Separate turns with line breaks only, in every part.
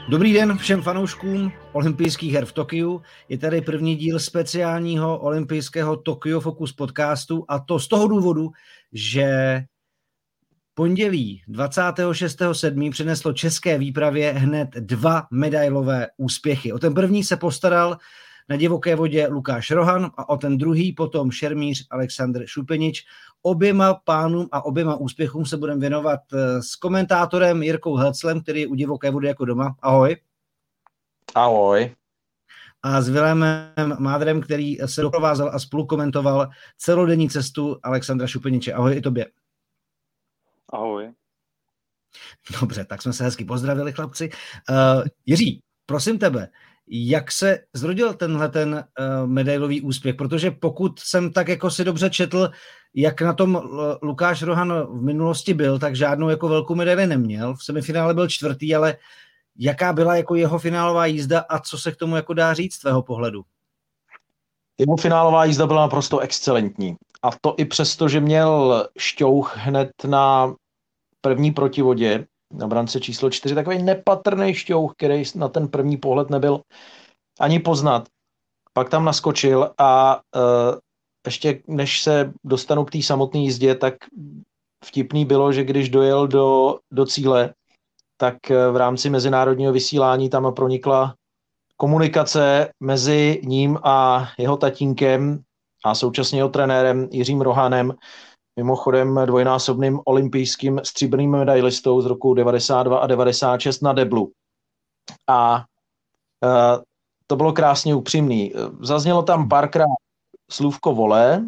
Dobrý den všem fanouškům olympijských her v Tokiu. Je tady první díl speciálního olympijského Tokyo Focus podcastu a to z toho důvodu, že pondělí 26.7. přineslo české výpravě hned 2 medailové úspěchy. O ten první se postaral na divoké vodě Lukáš Rohan a o ten druhý potom šermíř Alexandr Šupenič. Oběma pánům a oběma úspěchům se budeme věnovat s komentátorem Jirkou Helclem, který je u divoké vody jako doma. Ahoj.
Ahoj.
A s Vilémem Mádrem, který se doprovázel a spolukomentoval celodenní cestu Alexandra Šupeniče. Ahoj i tobě.
Ahoj.
Dobře, tak jsme se hezky pozdravili, chlapci. Jiří, prosím tebe, jak se zrodil ten medailový úspěch? Protože pokud jsem tak jako si dobře četl, jak na tom Lukáš Rohan v minulosti byl, tak žádnou jako velkou medaili neměl. V semifinále byl 4., ale jaká byla jako jeho finálová jízda a co se k tomu jako dá říct z tvého pohledu?
Jeho finálová jízda byla naprosto excelentní. A to i přesto, že měl šťouch hned na první protivodě, na brance číslo 4, takový nepatrný šťouch, který na ten první pohled nebyl ani poznat. Pak tam naskočil a ještě než se dostanu k té samotné jízdě, tak vtipný bylo, že když dojel do cíle, tak v rámci mezinárodního vysílání tam pronikla komunikace mezi ním a jeho tatínkem a současně jeho trenérem Jiřím Rohanem, mimochodem dvojnásobným olympijským stříbrným medailistou z roku 92 a 96 na deblu. A to bylo krásně upřímný. Zaznělo tam párkrát slůvko vole,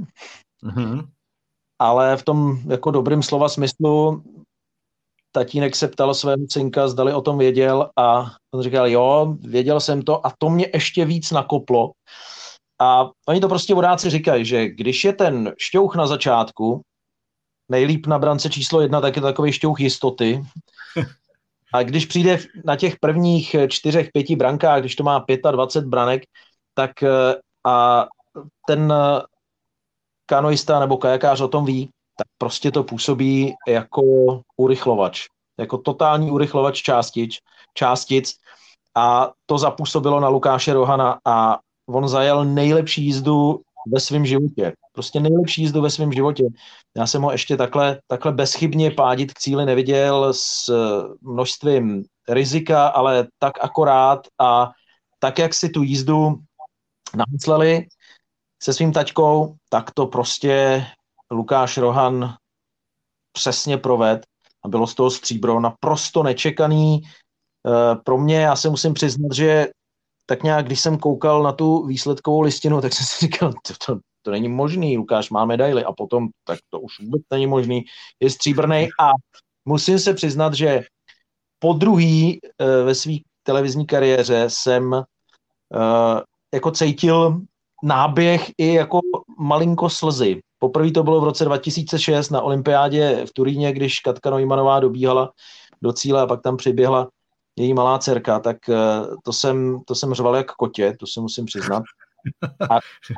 ale v tom jako dobrým slova smyslu tatínek se ptal svého synka, zdali o tom věděl a on říkal, jo, věděl jsem to a to mě ještě víc nakoplo. A oni to prostě vodáci říkají, že když je ten šťouch na začátku, nejlíp na brance číslo 1, tak je takový šťouch jistoty. A když přijde na těch prvních 4-5 brankách, když to má 25 branek, tak a ten kanoista nebo kajakář o tom ví, tak prostě to působí jako urychlovač. Jako totální urychlovač částic. A to zapůsobilo na Lukáše Rohana a on zajel nejlepší jízdu ve svém životě. Prostě nejlepší jízdu ve svém životě. Já jsem ho ještě takhle bezchybně pádit k cíli neviděl s množstvím rizika, ale tak akorát a tak, jak si tu jízdu namysleli se svým taťkou, tak to prostě Lukáš Rohan přesně proved a bylo z toho stříbro naprosto nečekaný. Pro mě, já se musím přiznat, že tak nějak, když jsem koukal na tu výsledkovou listinu, tak jsem si říkal, to není možný, Lukáš má medaily a potom, tak to už vůbec není možný, je stříbrnej a musím se přiznat, že po druhý ve své televizní kariéře jsem jako cítil náběh i jako malinko slzy. Poprvé to bylo v roce 2006 na olympiádě v Turíně, když Katka Neumannová dobíhala do cíle a pak tam přiběhla její malá dcerka, tak to jsem řval jak kotě, to se musím přiznat. A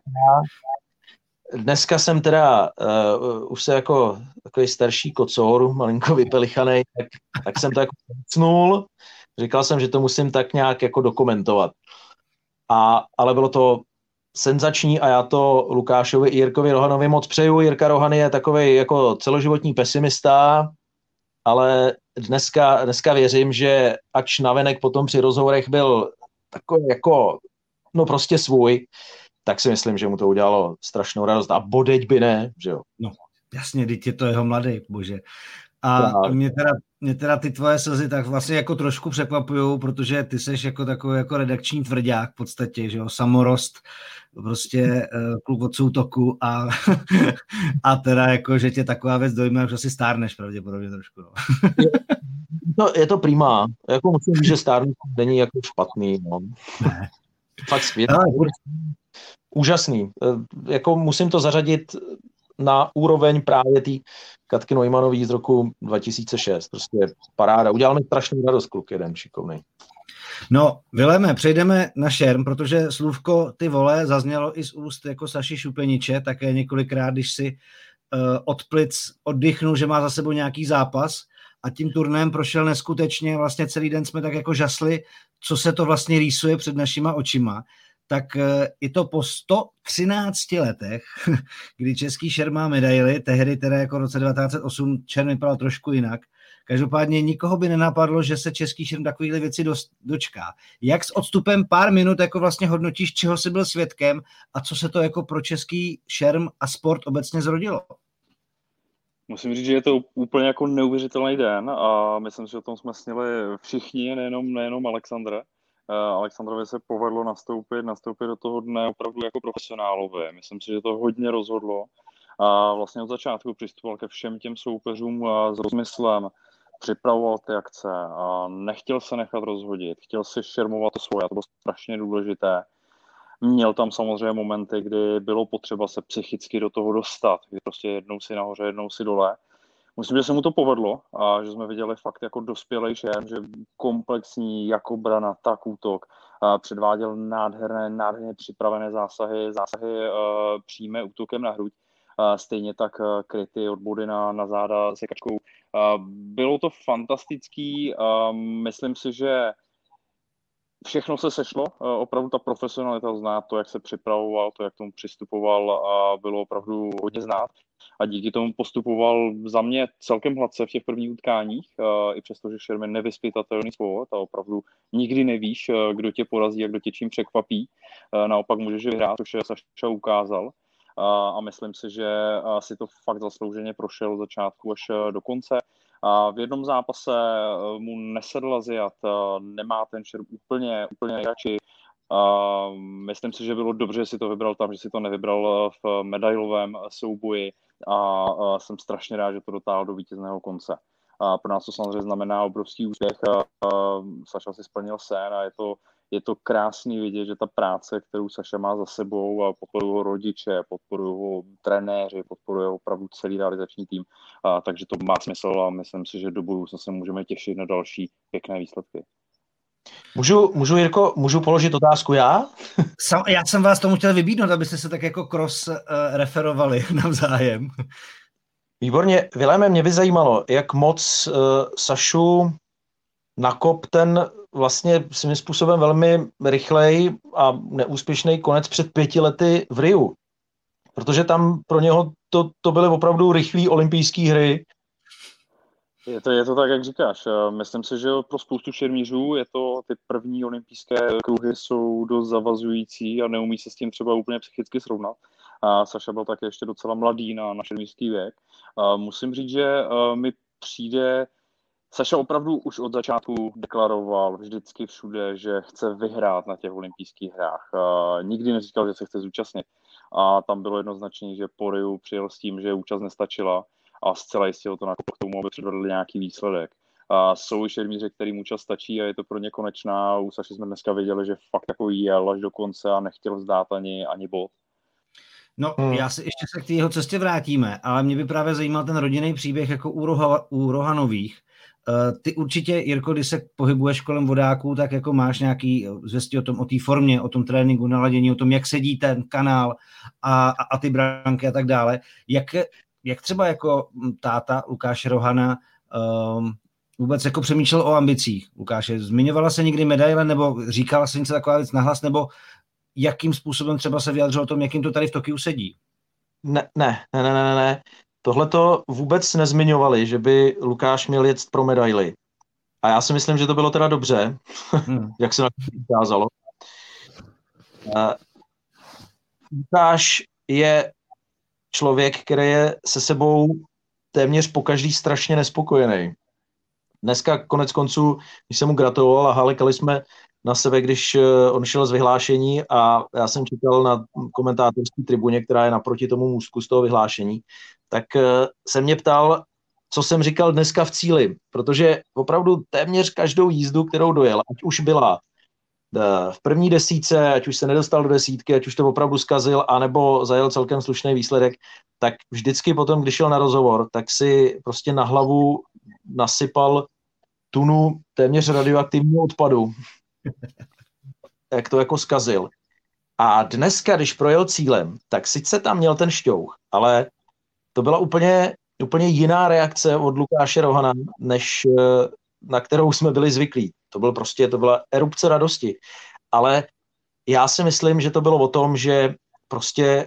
dneska jsem teda už se jako takový starší kocour, malinko vypelichanej, tak jsem to jako snul. Říkal jsem, že to musím tak nějak jako dokumentovat. Ale bylo to senzační a já to Lukášovi i Jirkovi Rohanovi moc přeju. Jirka Rohan je takovej jako celoživotní pesimista, ale dneska věřím, že ač navenek potom při rozhovorech byl takový jako, no prostě svůj, tak si myslím, že mu to udělalo strašnou radost. A bodeď by ne, že jo?
No, jasně, teď je to jeho mladý, bože. A mě teda ty tvoje slzy tak vlastně jako trošku překvapujou, protože ty seš jako takový jako redakční tvrdák v podstatě, že jo, samorost, prostě kluk od soutoku a teda jako, že tě taková věc dojme, už asi stárneš pravděpodobně trošku, no.
Je to prima, jako musím říct, že stárneš není jako špatný, no.
Ne.
Fakt skvělý. Úžasný. Jako musím to zařadit na úroveň právě té Katky Neumannový z roku 2006. Prostě paráda. Udělal mi strašnou radost, kluk jeden šikovnej.
No, Viléme, přejdeme na šerm, protože slůvko ty vole zaznělo i z úst jako Saši Šupeniče, také několikrát, když si od plic oddychnul, že má za sebou nějaký zápas a tím turnajem prošel neskutečně, vlastně celý den jsme tak jako žasli, co se to vlastně rýsuje před našima očima, tak i to po 113 letech, kdy český šerm má medaily, tehdy teda jako v roce 1908 šerm vypadal trošku jinak. Každopádně nikoho by nenapadlo, že se český šerm takovýhle věci dočká. Jak s odstupem pár minut jako vlastně hodnotíš, čeho jsi byl svědkem a co se to jako pro český šerm a sport obecně zrodilo?
Musím říct, že je to úplně jako neuvěřitelný den a myslím, že o tom jsme snili všichni, nejenom Alexandr. Alexandrovi se povedlo nastoupit do toho dne opravdu jako profesionálové. Myslím si, že to hodně rozhodlo. A vlastně od začátku přistupoval ke všem těm soupeřům s rozmyslem, připravoval ty akce a nechtěl se nechat rozhodit, chtěl si šermovat to svoje, a to bylo strašně důležité. Měl tam samozřejmě momenty, kdy bylo potřeba se psychicky do toho dostat, kdy prostě jednou si nahoře, jednou si dole. Myslím, že se mu to povedlo a že jsme viděli fakt jako dospělej šerm, že komplexní jak obrana, tak útok, předváděl nádherně připravené zásahy přímé útokem na hruď, stejně tak kryty od body na záda sekačkou. Bylo to fantastický, myslím si, že všechno se sešlo, opravdu ta profesionalita znát, to, jak se připravoval, to, jak tomu přistupoval, a bylo opravdu hodně znát. A díky tomu postupoval za mě celkem hladce v těch prvních utkáních, i přesto, že šerm je nevyzpytatelný sport a opravdu nikdy nevíš, kdo tě porazí a kdo tě čím překvapí. Naopak můžeš vyhrát, což Saša ukázal. A myslím si, že si to fakt zaslouženě prošel od začátku až do konce. A v jednom zápase mu nesedl Aziat, nemá ten šerm úplně nejradši. Myslím si, že bylo dobře, že si to vybral tam, že si to nevybral v medailovém souboji a jsem strašně rád, že to dotáhl do vítězného konce. A pro nás to samozřejmě znamená obrovský úspěch. Saša si splnil sen a je to krásný vidět, že ta práce, kterou Saša má za sebou, a podporují ho rodiče, podporují ho trenéři, podporuje ho opravdu celý realizační tým, takže to má smysl a myslím si, že do budoucna se můžeme těšit na další pěkné výsledky.
Můžu, Jirko, položit otázku já?
Já jsem vás tomu chtěl vybídnout, abyste se tak jako cross referovali navzájem.
Výborně. Viléme, mě by zajímalo, jak moc Sašu nakop ten vlastně svým způsobem velmi rychlej a neúspěšný konec před 5 lety v Riu. Protože tam pro něho to byly opravdu rychlé olympijské hry.
Je to tak, jak říkáš. Myslím si, že pro spoustu šermířů ty první olympijské kruhy jsou dost zavazující a neumí se s tím třeba úplně psychicky srovnat. A Saša byl také ještě docela mladý na šermířský věk. Musím říct, že mi přijde, Saša opravdu už od začátku deklaroval vždycky všude, že chce vyhrát na těch olympijských hrách. Nikdy neříkal, že se chce zúčastnit. A tam bylo jednoznačně, že po Riu přijel s tím, že účast nestačila a zcela jistě ho to nakoplo k tomu, aby předvedl nějaký výsledek. Jsou i šermíři, kterým účast stačí a je to pro ně konečná. U Saši jsme dneska viděli, že fakt jako jel až do konce a nechtěl vzdát ani bod.
No, já se ještě se k té jeho cestě vrátíme, ale mě by právě zajímal ten rodinný příběh jako u Rohanových. Ty určitě, Jirko, když se pohybuješ kolem vodáků, tak jako máš nějaký zvěstí o té formě, o tom tréninku, naladění, o tom, jak sedí ten kanál a ty branky a tak dále. Jak třeba jako táta Lukáše Rohana vůbec jako přemýšlel o ambicích? Lukáše, zmiňovala se někdy medaile, nebo říkala se něco taková věc nahlas, nebo jakým způsobem třeba se vyjadřilo o tom, jak jim to tady v Tokiu sedí?
Ne. Tohle to vůbec nezmiňovali, že by Lukáš měl jet pro medaily. A já si myslím, že to bylo teda dobře, jak se na to ukázalo. Lukáš je člověk, který je se sebou téměř pokaždý strašně nespokojený. Dneska konec konců, když jsem mu gratuloval a hálekali jsme na sebe, když on šel z vyhlášení a já jsem čekal na komentátorské tribuně, která je naproti tomu můstku z toho vyhlášení, tak se mě ptal, co jsem říkal dneska v cíli, protože opravdu téměř každou jízdu, kterou dojel, ať už byla v první desítce, ať už se nedostal do desítky, ať už to opravdu zkazil, anebo zajel celkem slušný výsledek, tak vždycky potom, když šel na rozhovor, tak si prostě na hlavu nasypal tunu téměř radioaktivního odpadu. Jak to jako zkazil. A dneska, když projel cílem, tak sice tam měl ten šťouch, ale to byla úplně úplně jiná reakce od Lukáše Rohana, než na kterou jsme byli zvyklí. To byla erupce radosti. Ale já si myslím, že to bylo o tom, že prostě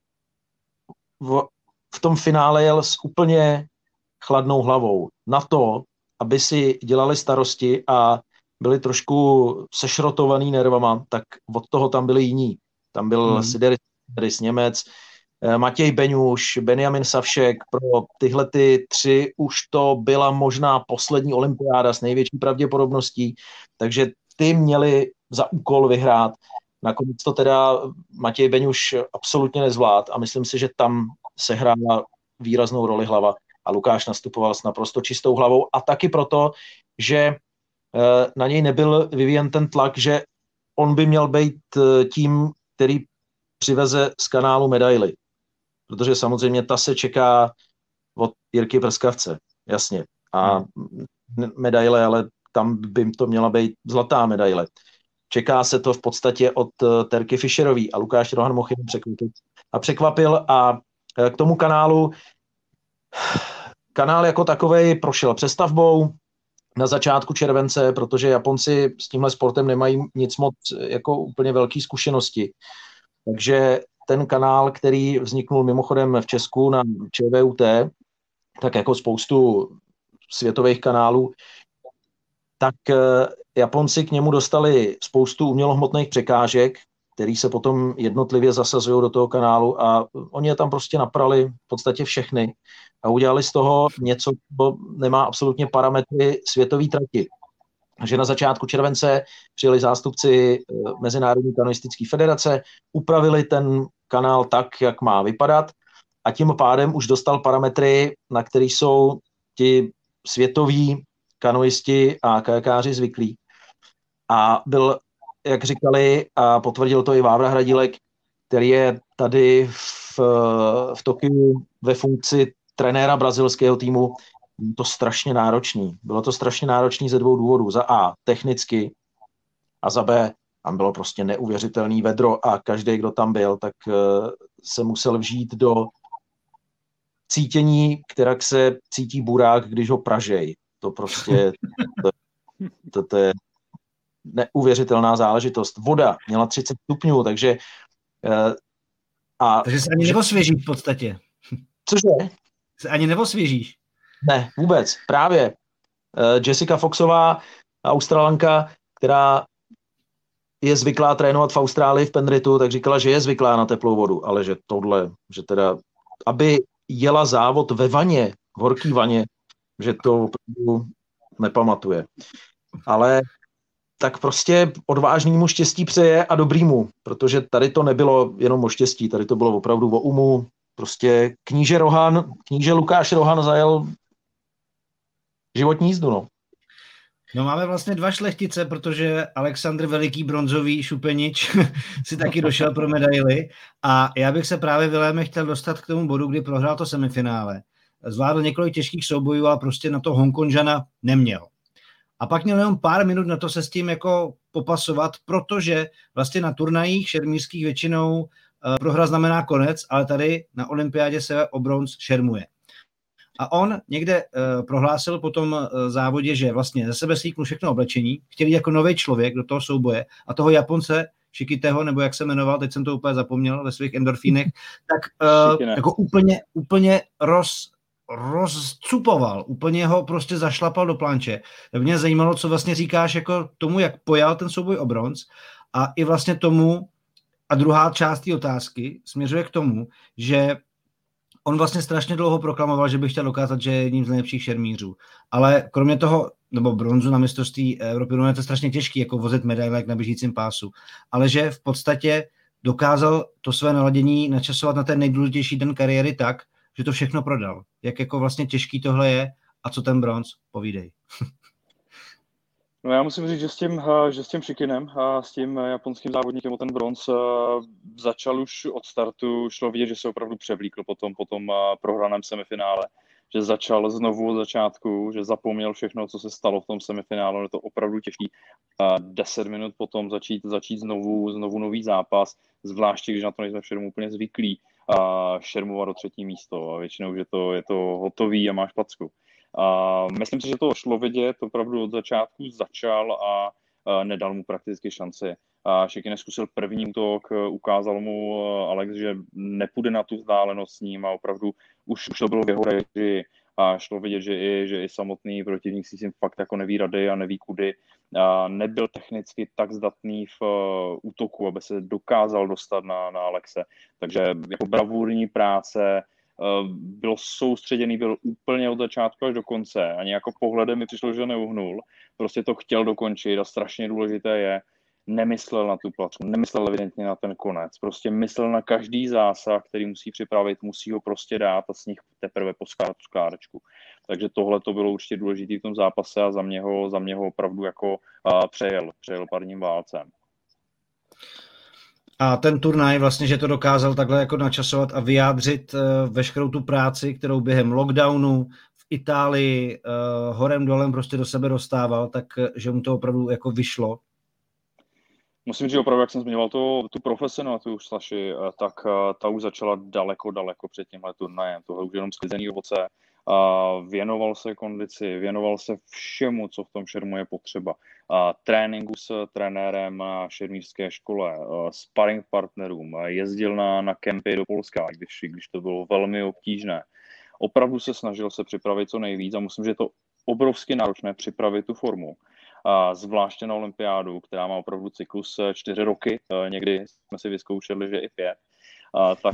v tom finále jel s úplně chladnou hlavou. Na to, aby si dělali starosti a byli trošku sešrotovaný nervama, tak od toho tam byli jiní. Tam byl Sideris Němec, Matěj Beňuš, Benjamin Savšek. Pro tyhle ty 3 už to byla možná poslední olympiáda s největší pravděpodobností, takže ty měli za úkol vyhrát. Nakonec to teda Matěj Beňuš absolutně nezvlád a myslím si, že tam sehrála výraznou roli hlava a Lukáš nastupoval s naprosto čistou hlavou a taky proto, že na něj nebyl vyvíjen ten tlak, že on by měl být tím, který přiveze z kanálu medaily. Protože samozřejmě ta se čeká od Jirky Prskavce, jasně. A medaile, ale tam by to měla být zlatá medaile. Čeká se to v podstatě od Terky Fischerový a Lukáš Rohan mohl jen překvapil a k tomu kanálu. Kanál jako takovej prošel přestavbou na začátku července, protože Japonci s tímhle sportem nemají nic moc jako úplně velké zkušenosti. Takže ten kanál, který vzniknul mimochodem v Česku na ČVUT, tak jako spoustu světových kanálů, tak Japonci k němu dostali spoustu umělohmotných překážek, který se potom jednotlivě zasazují do toho kanálu a oni je tam prostě naprali v podstatě všechny a udělali z toho něco, co nemá absolutně parametry světové trati. Takže na začátku července přijeli zástupci Mezinárodní kanoistické federace, upravili ten kanál tak, jak má vypadat a tím pádem už dostal parametry, na které jsou ti světoví kanoisti a kajakáři zvyklí. A byl, jak říkali, a potvrdil to i Vávra Hradílek, který je tady v Tokiu ve funkci trenéra brazilského týmu, to strašně náročný. Bylo to strašně náročný ze 2 důvodů. Za A, technicky, a za B, tam bylo prostě neuvěřitelný vedro a každý, kdo tam byl, tak se musel vžít do cítění, kterak se cítí burák, když ho pražej. To prostě, to je neuvěřitelná záležitost. Voda měla 30 stupňů, takže...
Takže se ani neosvěžíš v podstatě.
Cože?
Se ani neosvěžíš.
Ne, vůbec. Právě Jessica Foxová, Australanka, která je zvyklá trénovat v Austrálii v Penritu, tak říkala, že je zvyklá na teplou vodu, ale že tohle, že teda, aby jela závod ve vaně, v horký vaně, že to opravdu nepamatuje. Ale tak prostě odvážnému štěstí přeje a dobrýmu, protože tady to nebylo jenom o štěstí, tady to bylo opravdu o umu. Prostě kníže Lukáš Rohan zajel životní jízdu, no.
No máme vlastně 2 šlechtice, protože Alexandr Veliký bronzový šupenič si taky došel pro medaily a já bych se právě Viléme chtěl dostat k tomu bodu, kdy prohrál to semifinále. Zvládl několik těžkých soubojů, ale prostě na to Hongkonžana neměl. A pak měl jenom pár minut na to se s tím jako popasovat, protože vlastně na turnajích šermířských většinou prohra znamená konec, ale tady na olympiádě se o bronz šermuje. A on někde prohlásil po tom závodě, že vlastně ze sebe slíknul všechno oblečení, chtěl jít jako nový člověk do toho souboje a toho Japonce Šikiteho, nebo jak se jmenoval, teď jsem to úplně zapomněl ve svých endorfínech, tak jako úplně rozcupoval, úplně ho prostě zašlapal do planče. Tak mě zajímalo, co vlastně říkáš jako tomu, jak pojal ten souboj o bronz a i vlastně tomu, a druhá část té otázky směřuje k tomu, že on vlastně strašně dlouho proklamoval, že by chtěl dokázat, že je jedním z nejlepších šermířů. Ale kromě toho, nebo bronzu na mistrovství Evropy, je to strašně těžký, jako vozit medaile na běžícím pásu. Ale že v podstatě dokázal to své naladění načasovat na ten nejdůležitější den kariéry tak, že to všechno prodal. Jak jako vlastně těžký tohle je a co ten bronz, povídej.
No já musím říct, že s tím Šikinem a s tím japonským závodníkem o ten bronz začal už od startu, šlo vidět, že se opravdu převlíkl po tom prohraném semifinále, že začal znovu od začátku, že zapomněl všechno, co se stalo v tom semifinále, je to opravdu těžký. 10 minut potom začít znovu nový zápas, zvláště když na to nejsme všem úplně zvyklí. šermovat do 3. místo a většinou, že je to hotový a máš packu. Myslím si, že to šlo vidět, opravdu od začátku začal a nedal mu prakticky šanci. Šeky neskusil první útok, ukázal mu Alex, že nepůjde na tu vzdálenost s ním a opravdu už to bylo v jeho režii. A šlo vidět, že i samotný protivník si s tím fakt jako neví rady a neví kudy. Nebyl technicky tak zdatný v útoku, aby se dokázal dostat na Alexe. Takže jako bravurní práce, byl soustředěný, byl úplně od začátku až do konce. Ani jako pohledem mi přišlo, že neuhnul. Prostě to chtěl dokončit a strašně důležité je, nemyslel na tu placku, nemyslel evidentně na ten konec. Prostě myslel na každý zásah, který musí připravit, musí ho prostě dát a z nich teprve poskládat tu skládačku. Takže tohle to bylo určitě důležité v tom zápase a za mě ho opravdu jako přejel parním válcem.
A ten turnaj vlastně, že to dokázal takhle jako načasovat a vyjádřit veškerou tu práci, kterou během lockdownu v Itálii horem dolem prostě do sebe dostával, tak že mu to opravdu jako vyšlo.
Musím říct, opravdu, jak jsem zmiňoval tu profesionalitu už Saši, tak ta už začala daleko před tímhle turnajem. Tohle už jenom sklizený ovoce. Věnoval se kondici, věnoval se všemu, co v tom šermu je potřeba. Tréninku s trenérem na šermířské škole, sparring partnerům, jezdil na kempy do Polska, když to bylo velmi obtížné. Opravdu se snažil se připravit co nejvíc a myslím, že je to obrovsky náročné připravit tu formu. Zvláště na olympiádu, která má opravdu cyklus 4 roky, někdy jsme si vyzkoušeli, že i 5, tak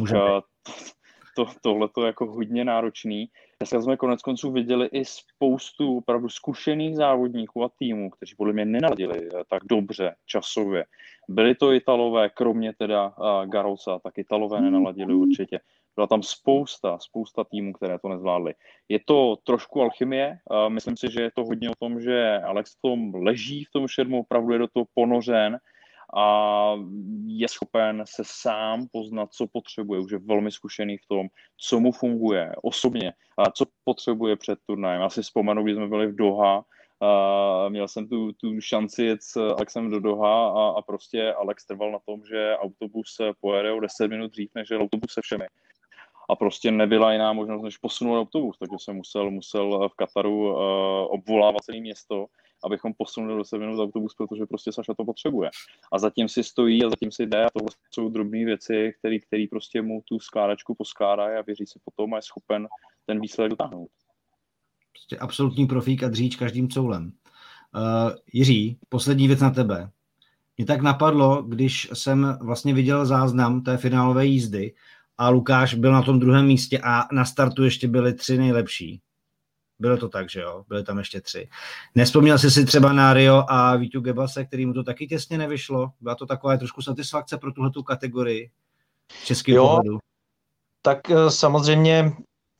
tohle je jako hodně náročný. Dneska jsme konec konců viděli i spoustu opravdu zkušených závodníků a týmů, kteří podle mě nenaladili tak dobře časově. Byli to Italové, kromě teda Garosa, tak Italové nenaladili určitě. Byla tam spousta týmů, které to nezvládly. Je to trošku alchymie, myslím si, že je to hodně o tom, že Alex v tom leží v tom šermu, opravdu je do toho ponořen a je schopen se sám poznat, co potřebuje. Už je velmi zkušený v tom, co mu funguje osobně a co potřebuje před turnajem. Já si vzpomenu, když jsme byli v Doha, měl jsem tu šanci jet s Alexem do Doha a prostě Alex trval na tom, že autobus pojede o 10 minut dřív, než jel autobus se všemi. A prostě nebyla jiná možnost, než posunout autobus, takže jsem musel v Kataru obvolávat celé město, abychom posunuli do 7 minut autobus, protože prostě Saša to potřebuje. A zatím si stojí a zatím si jde a tohle jsou drobné věci, které prostě mu tu skládačku poskládají a věří si potom a je schopen ten výsledek dotáhnout.
Prostě absolutní profík a dříč každým coulem. Jiří, poslední věc na tebe. Mě tak napadlo, když jsem vlastně viděl záznam té finálové jízdy a Lukáš byl na tom 2. místě a na startu ještě byli 3 nejlepší. Bylo to tak, že jo? Byly tam ještě 3. Nevzpomněl jsi si třeba na Rio a Vítu Gebase, kterýmu to taky těsně nevyšlo? Byla to taková trošku satisfakce pro tuhletu kategorii českého pohledu?
Tak samozřejmě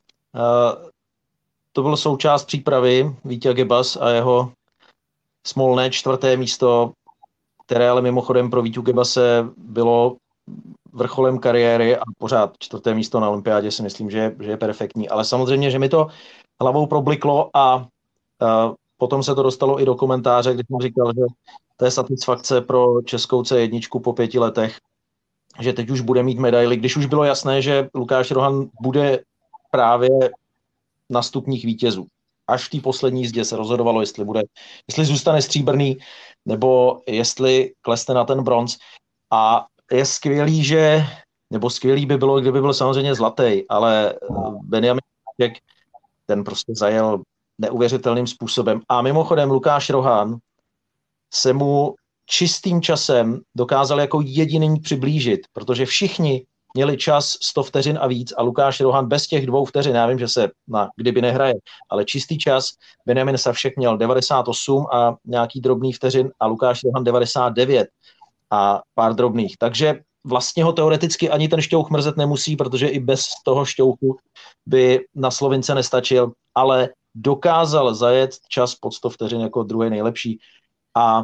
to bylo součást přípravy Víťa Gebas a jeho smolné 4. místo, které ale mimochodem pro Víťu Gebase bylo vrcholem kariéry a pořád 4. místo na olympiádě si myslím, že je perfektní. Ale samozřejmě, že mi to hlavou probliklo a potom se to dostalo i do komentáře, kdy jsem říkal, že to je satisfakce pro českou C1 po 5 letech, že teď už bude mít medaili, když už bylo jasné, že Lukáš Rohan bude právě na stupních vítězů. Až v té poslední jízdě se rozhodovalo, jestli zůstane stříbrný, nebo jestli klesne na ten bronz. A je skvělý by bylo, kdyby byl samozřejmě zlatý, ale Benjamin ten prostě zajel neuvěřitelným způsobem. A mimochodem Lukáš Rohan se mu čistým časem dokázal jako jediný přiblížit, protože všichni měli čas 100 vteřin a víc a Lukáš Rohan bez těch 2 vteřin, já vím, že se kdyby nehraje, ale čistý čas, Benjamin Savšek měl 98 a nějaký drobný vteřin a Lukáš Rohan 99 a pár drobných. Takže vlastně ho teoreticky ani ten šťouch mrzet nemusí, protože i bez toho šťouchu by na Slovince nestačil, ale dokázal zajet čas pod 100 vteřin jako druhý nejlepší. A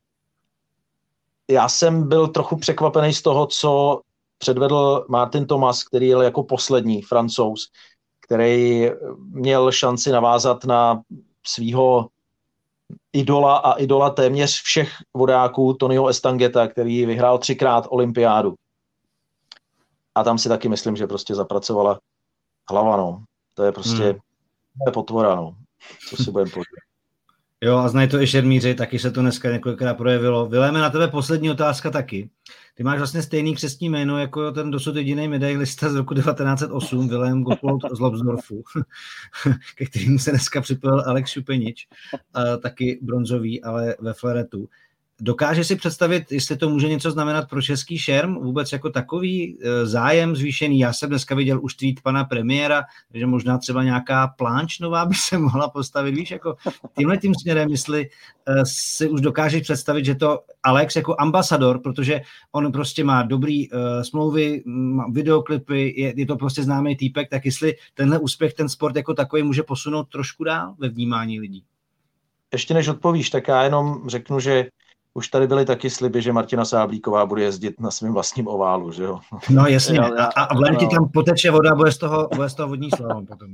já jsem byl trochu překvapený z toho, co předvedl Martin Thomas, který jel jako poslední Francouz, který měl šanci navázat na svýho idola a idola téměř všech vodáků Tonyho Estangeta, který vyhrál 3krát olympiádu. a tam si taky myslím, že prostě zapracovala hlava, no. To je prostě potvora, no. Co si budeme povědět.
Jo, a znají to i šermíři, taky se to dneska několikrát projevilo. Viléme, na tebe poslední otázka taky. Ty máš vlastně stejný křestní jméno jako ten dosud jediný medailista z roku 1908, Vilém Gottlob z Lobsdorfu, ke kterému se dneska připojil Alex Šupenič, taky bronzový, ale ve fleretu. Dokáže si představit, jestli to může něco znamenat pro český šerm, vůbec jako takový zájem zvýšený? Já jsem dneska viděl už tweet pana premiéra, že možná třeba nějaká plánč nová by se mohla postavit, víš, jako tímhletím směrem, jestli si už dokážeš představit, že to Alex jako ambasador, protože on prostě má dobrý smlouvy, má videoklipy, je to prostě známý týpek, tak jestli tenhle úspěch, ten sport jako takový může posunout trošku dál ve vnímání lidí.
Ještě než odpovíš, tak já jenom řeknu, že už tady byly taky sliby, že Martina Sáblíková bude jezdit na svém vlastním oválu, že jo?
No jasně, a v létě tam poteče voda, bude z toho vodní slalom potom.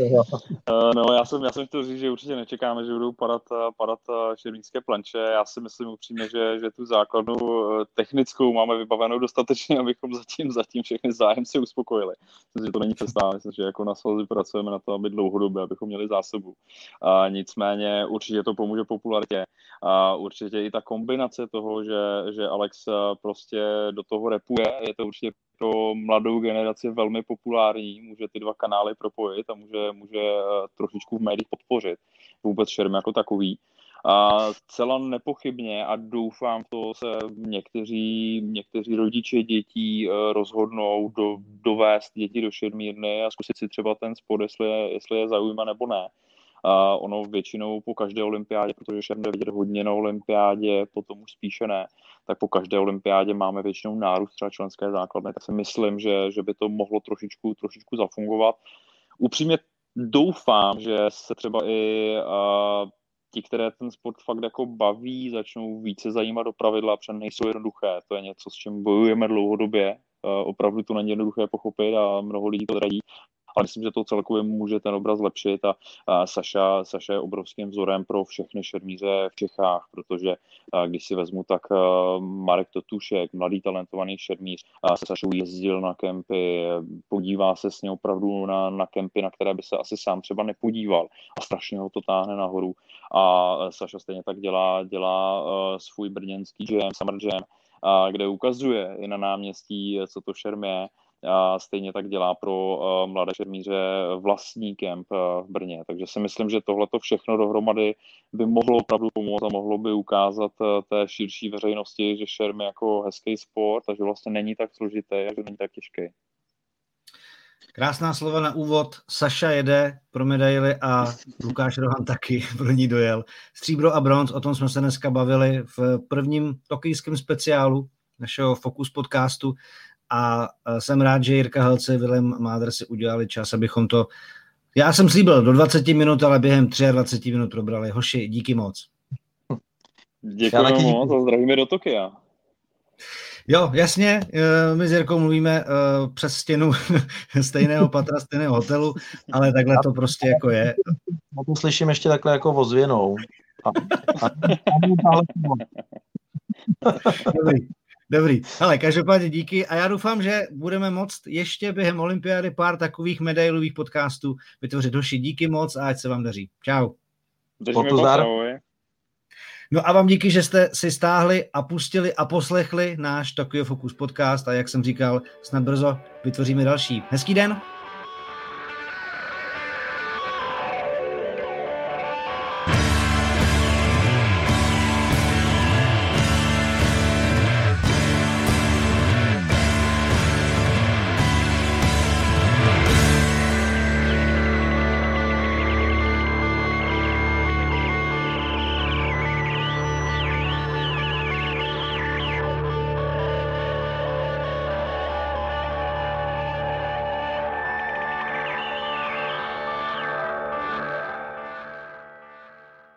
No, já jsem chtěl říct, že určitě nečekáme, že budou padat šermířské planče. Já si myslím upřímně, že tu základnu technickou máme vybavenou dostatečně, abychom zatím všechny zájemci uspokojili. Myslím, že to není cesta, myslím, že jako na svazu pracujeme na to, aby dlouhodobě, abychom měli zásobu. Nicméně určitě to pomůže popularitě. Určitě i ta kombinace toho, že Alex prostě do toho rapuje, je to určitě pro mladou generaci velmi populární, může ty dva kanály propojit a může trošičku v médiích podpořit vůbec šerm jako takový. Zcela nepochybně a doufám, to se někteří rodiče dětí rozhodnou dovést děti do šermírny a zkusit si třeba ten sport, jestli je zaujme nebo ne. Ono většinou po každé olympiádě, protože šerm jde vidět hodně na olympiádě, potom už spíše ne, tak po každé olympiádě máme většinou nárůst třeba členské základny, tak si myslím, že by to mohlo trošičku zafungovat. Upřímně doufám, že se třeba i ti, které ten sport fakt jako baví, začnou více zajímat do pravidla, protože nejsou jednoduché. To je něco, s čím bojujeme dlouhodobě. Opravdu to není jednoduché pochopit a mnoho lidí to radí. Ale myslím, že to celkově může ten obraz zlepšit a Saša je obrovským vzorem pro všechny šermíře v Čechách, protože když si vezmu, tak Marek Totušek, mladý talentovaný šermíř, se Sašou jezdil na kempy, podívá se s ním opravdu na kempy, na které by se asi sám třeba nepodíval a strašně ho to táhne nahoru. A Saša stejně tak dělá svůj brněnský jam, Summer Jam, kde ukazuje i na náměstí, co to šerm je. A stejně tak dělá pro mladé šermíře vlastní kemp v Brně. Takže si myslím, že tohleto všechno dohromady by mohlo opravdu pomoct a mohlo by ukázat té širší veřejnosti, že šerm je jako hezký sport a že vlastně není tak složitý a že není tak těžký.
Krásná slova na úvod. Saša jede pro medaily a Lukáš Rohan taky pro ní dojel. Stříbro a bronz, o tom jsme se dneska bavili v prvním tokijském speciálu našeho Focus podcastu. A jsem rád, že Jirka Helce, Vilém Mádr si udělali čas, abychom to, já jsem slíbil do 20 minut, ale během 23 minut probrali. Hoši, díky moc.
Děkujeme moc a zdravíme do Tokia.
Jo, jasně, my s Jirkou mluvíme přes stěnu stejného patra, stejného hotelu, ale takhle to prostě jako je.
Já to slyším ještě takhle jako ozvěnou.
Dobrý, ale každopádně díky a já doufám, že budeme moct ještě během olympiády pár takových medailových podcastů vytvořit. Hoši, díky moc a ať se vám daří. Čau. No a vám díky, že jste si stáhli a pustili a poslechli náš Tokyo Focus podcast a jak jsem říkal, snad brzo vytvoříme další. Hezký den.